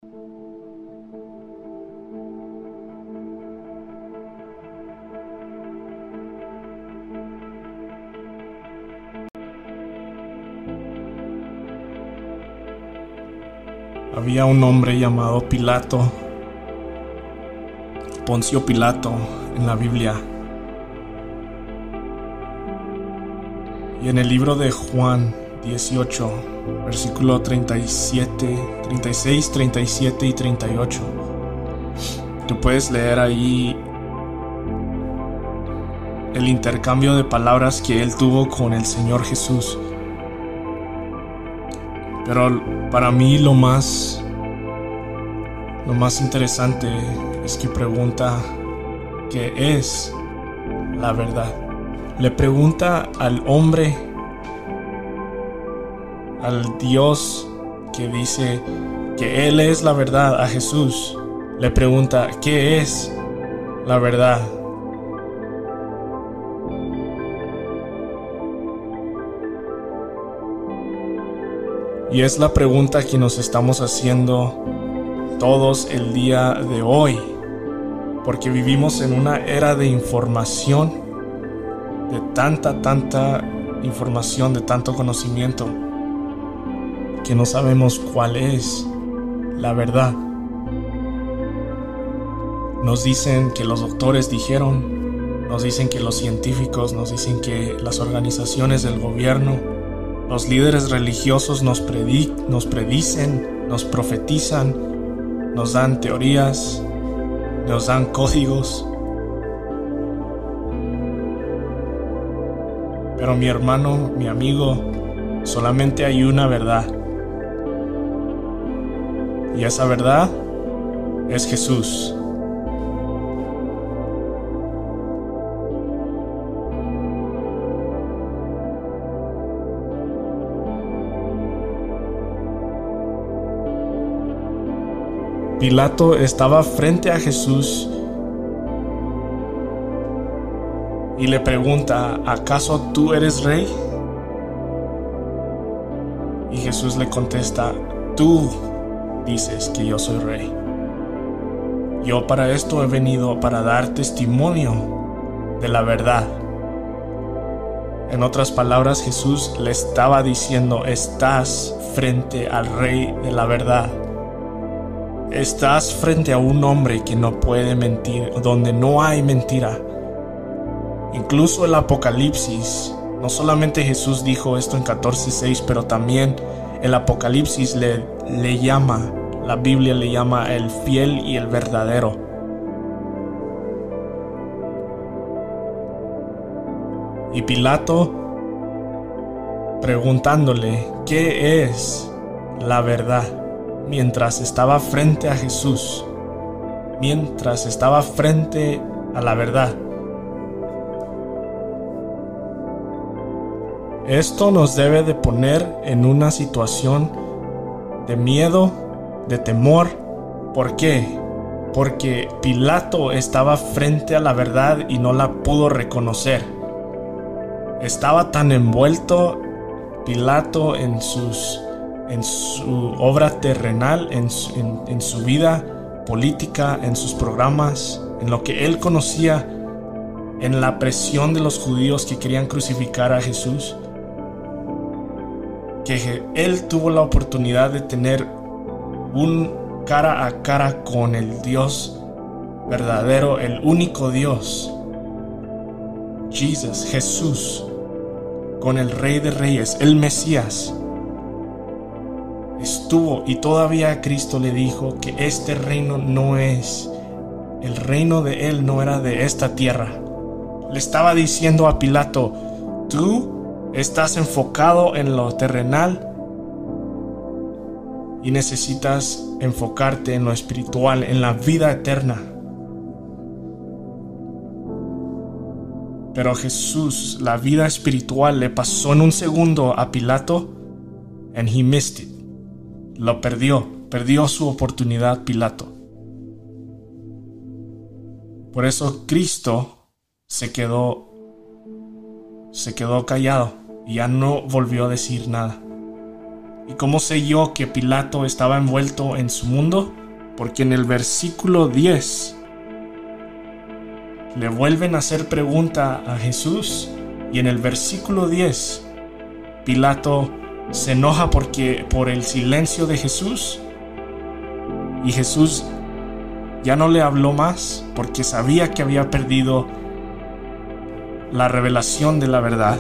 Había un hombre llamado Pilato, Poncio Pilato, en la Biblia. Y en el libro de Juan 18, versículo 37, 36, 37 y 38, tú puedes leer ahí el intercambio de palabras que él tuvo con el Señor Jesús. Pero para mí lo más interesante es que pregunta ¿qué es la verdad? Le pregunta al hombre, al Dios que dice que Él es la verdad, a Jesús. Le pregunta ¿qué es la verdad? Y es la pregunta que nos estamos haciendo todos el día de hoy, porque vivimos en una era de información, de tanta información, de tanto conocimiento, que no sabemos cuál es la verdad. Nos dicen que los doctores dijeron, nos dicen que los científicos, nos dicen que las organizaciones del gobierno, los líderes religiosos nos predicen, nos profetizan, nos dan teorías, nos dan códigos. Pero mi hermano, mi amigo, solamente hay una verdad. Y esa verdad es Jesús. Pilato estaba frente a Jesús y le pregunta, ¿acaso tú eres rey? Y Jesús le contesta, tú dices que yo soy rey. Yo para esto he venido, para dar testimonio de la verdad. En otras palabras, Jesús le estaba diciendo, estás frente al rey de la verdad. Estás frente a un hombre que no puede mentir, donde no hay mentira. Incluso el Apocalipsis, no solamente Jesús dijo esto en 14:6, pero también el Apocalipsis le llama, la Biblia le llama el fiel y el verdadero. Y Pilato preguntándole, ¿qué es la verdad? Mientras estaba frente a Jesús, mientras estaba frente a la verdad. Esto nos debe de poner en una situación de miedo, de temor. ¿Por qué? Porque Pilato estaba frente a la verdad y no la pudo reconocer. Estaba tan envuelto Pilato en su obra terrenal, en su vida política, en sus programas, en lo que él conocía, en la presión de los judíos que querían crucificar a Jesús, que él tuvo la oportunidad de tener un cara a cara con el Dios verdadero, el único Dios, Jesús, con el Rey de Reyes, el Mesías. Estuvo, y todavía Cristo le dijo que este reino no es, el reino de él no era de esta tierra. Le estaba diciendo a Pilato, tú estás enfocado en lo terrenal y necesitas enfocarte en lo espiritual, en la vida eterna. Pero Jesús, la vida espiritual le pasó en un segundo a Pilato, and he missed it. Lo perdió su oportunidad Pilato. Por eso Cristo se quedó callado y ya no volvió a decir nada. ¿Y cómo sé yo que Pilato estaba envuelto en su mundo? Porque en el versículo 10 le vuelven a hacer pregunta a Jesús, y en el versículo 10 Pilato se enoja por el silencio de Jesús, y Jesús ya no le habló más porque sabía que había perdido la revelación de la verdad.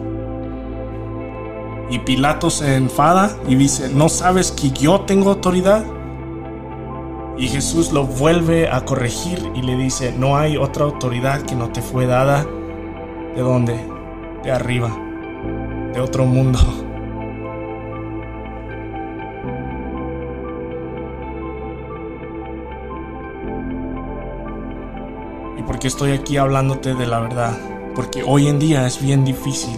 Y Pilato se enfada y dice: ¿no sabes que yo tengo autoridad? Y Jesús lo vuelve a corregir y le dice: no hay otra autoridad que no te fue dada. ¿De dónde? De arriba, de otro mundo. ¿Y por qué estoy aquí hablándote de la verdad? Porque hoy en día es bien difícil.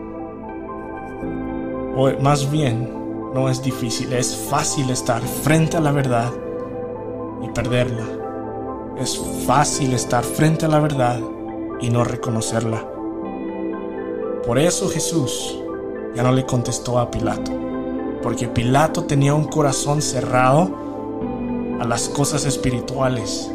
O más bien, no es difícil, es fácil estar frente a la verdad y perderla. Es fácil estar frente a la verdad y no reconocerla. Por eso Jesús ya no le contestó a Pilato, porque Pilato tenía un corazón cerrado a las cosas espirituales.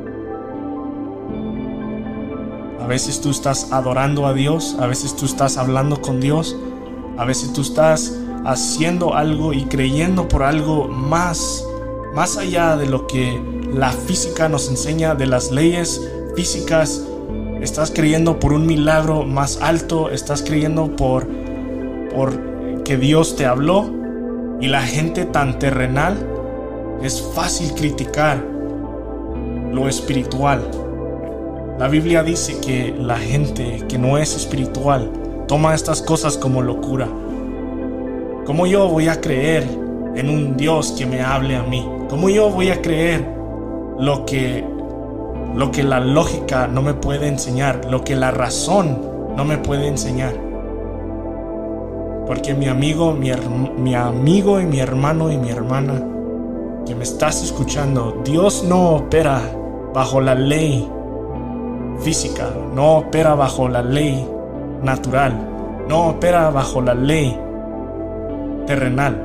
A veces tú estás adorando a Dios, a veces tú estás hablando con Dios, a veces tú estás haciendo algo y creyendo por algo más allá de lo que la física nos enseña, de las leyes físicas. Estás creyendo por un milagro más alto, estás creyendo por que Dios te habló. Y la gente tan terrenal, es fácil criticar lo espiritual. La Biblia dice que la gente que no es espiritual toma estas cosas como locura. ¿Cómo yo voy a creer en un Dios que me hable a mí? ¿Cómo yo voy a creer lo que la lógica no me puede enseñar, lo que la razón no me puede enseñar? Porque mi amigo y mi hermano y mi hermana que me estás escuchando, Dios no opera bajo la ley física, no opera bajo la ley natural, no opera bajo la ley terrenal.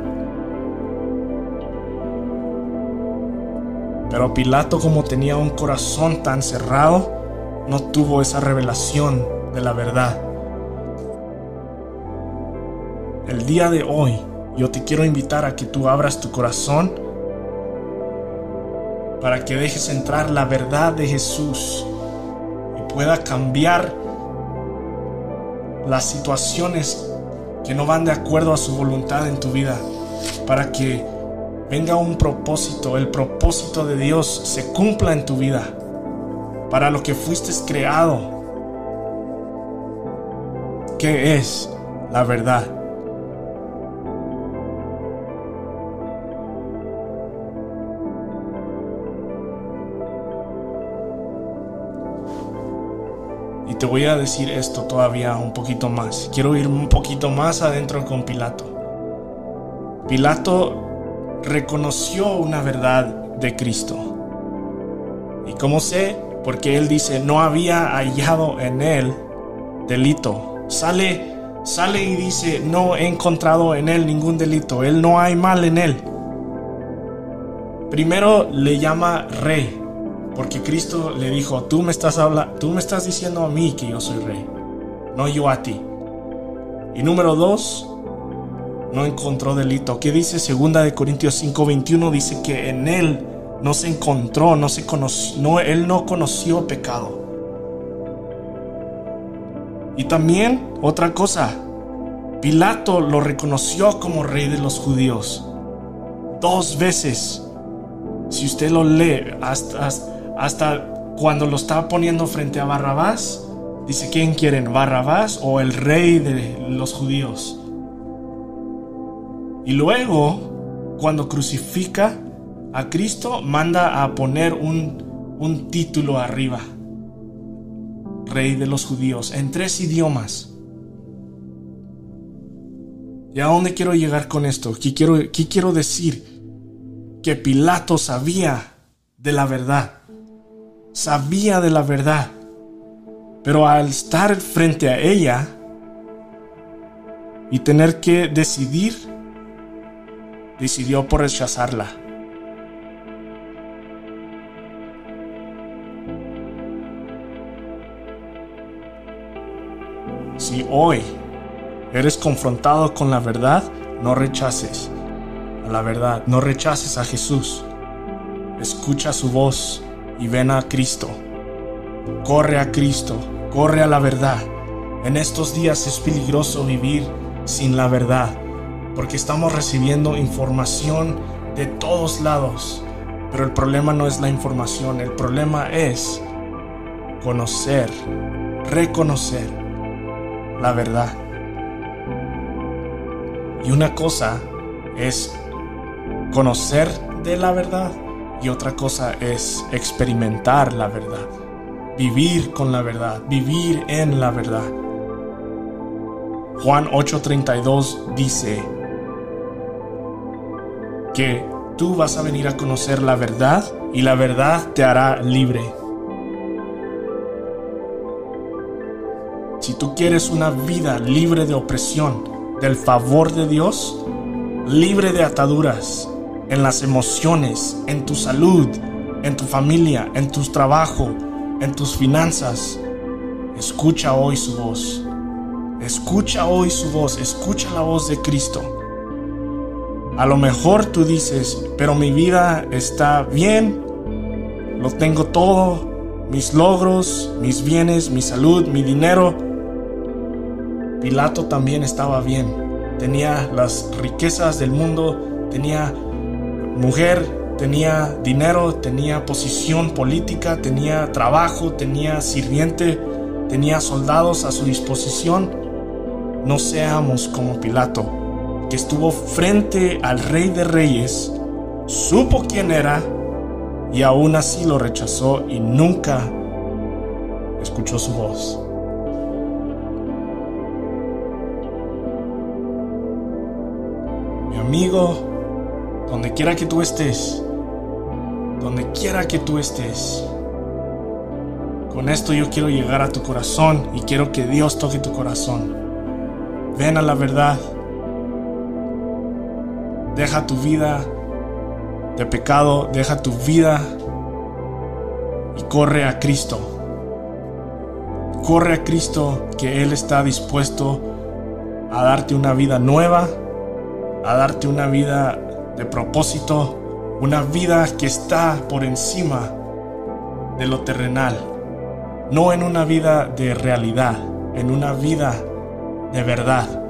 Pero Pilato, como tenía un corazón tan cerrado, no tuvo esa revelación de la verdad. El día de hoy yo te quiero invitar a que tú abras tu corazón para que dejes entrar la verdad de Jesús y pueda cambiar las situaciones que no van de acuerdo a su voluntad en tu vida, para que venga un propósito, el propósito de Dios se cumpla en tu vida, para lo que fuiste creado, que es la verdad. Y te voy a decir esto todavía un poquito más. Quiero ir un poquito más adentro con Pilato. Pilato reconoció una verdad de Cristo. ¿Y cómo sé? Porque él dice: no había hallado en él delito. Sale y dice: no he encontrado en él ningún delito. Él no hay mal en él. Primero le llama rey, porque Cristo le dijo: tú me estás diciendo a mí que yo soy rey, no yo a ti. Y número 2, no encontró delito. ¿Qué dice 2 Corintios 5:21? Dice que en él no se encontró, no se conoció, él no conoció pecado. Y también otra cosa, Pilato lo reconoció como rey de los judíos 2 veces. Si usted lo lee hasta cuando lo estaba poniendo frente a Barrabás, dice: ¿quién quieren, Barrabás o el rey de los judíos? Y luego, cuando crucifica a Cristo, manda a poner un título arriba: Rey de los judíos, en 3 idiomas. ¿Y a dónde quiero llegar con esto? ¿Qué quiero decir? Que Pilato sabía de la verdad. Sabía de la verdad. Pero al estar frente a ella y tener que decidir, decidió por rechazarla. Si hoy eres confrontado con la verdad, no rechaces a la verdad, no rechaces a Jesús. Escucha su voz y ven a Cristo. Corre a Cristo, corre a la verdad. En estos días es peligroso vivir sin la verdad, porque estamos recibiendo información de todos lados. Pero el problema no es la información, el problema es conocer, reconocer la verdad. Y una cosa es conocer de la verdad y otra cosa es experimentar la verdad, vivir con la verdad, vivir en la verdad. Juan 8:32 dice que tú vas a venir a conocer la verdad y la verdad te hará libre. Si tú quieres una vida libre de opresión, del favor de Dios, libre de ataduras en las emociones, en tu salud, en tu familia, en tu trabajo, en tus finanzas, escucha hoy su voz. Escucha hoy su voz, escucha la voz de Cristo. A lo mejor tú dices, pero mi vida está bien, lo tengo todo, mis logros, mis bienes, mi salud, mi dinero. Pilato también estaba bien, tenía las riquezas del mundo, tenía mujer, tenía dinero, tenía posición política, tenía trabajo, tenía sirviente, tenía soldados a su disposición. No seamos como Pilato, que estuvo frente al Rey de Reyes, supo quién era y aún así lo rechazó y nunca escuchó su voz. Mi amigo, donde quiera que tú estés, con esto yo quiero llegar a tu corazón y quiero que Dios toque tu corazón. Ven a la verdad. Deja tu vida de pecado, deja tu vida y corre a Cristo. Corre a Cristo, que Él está dispuesto a darte una vida nueva, a darte una vida de propósito, una vida que está por encima de lo terrenal, no en una vida de realidad, en una vida de verdad.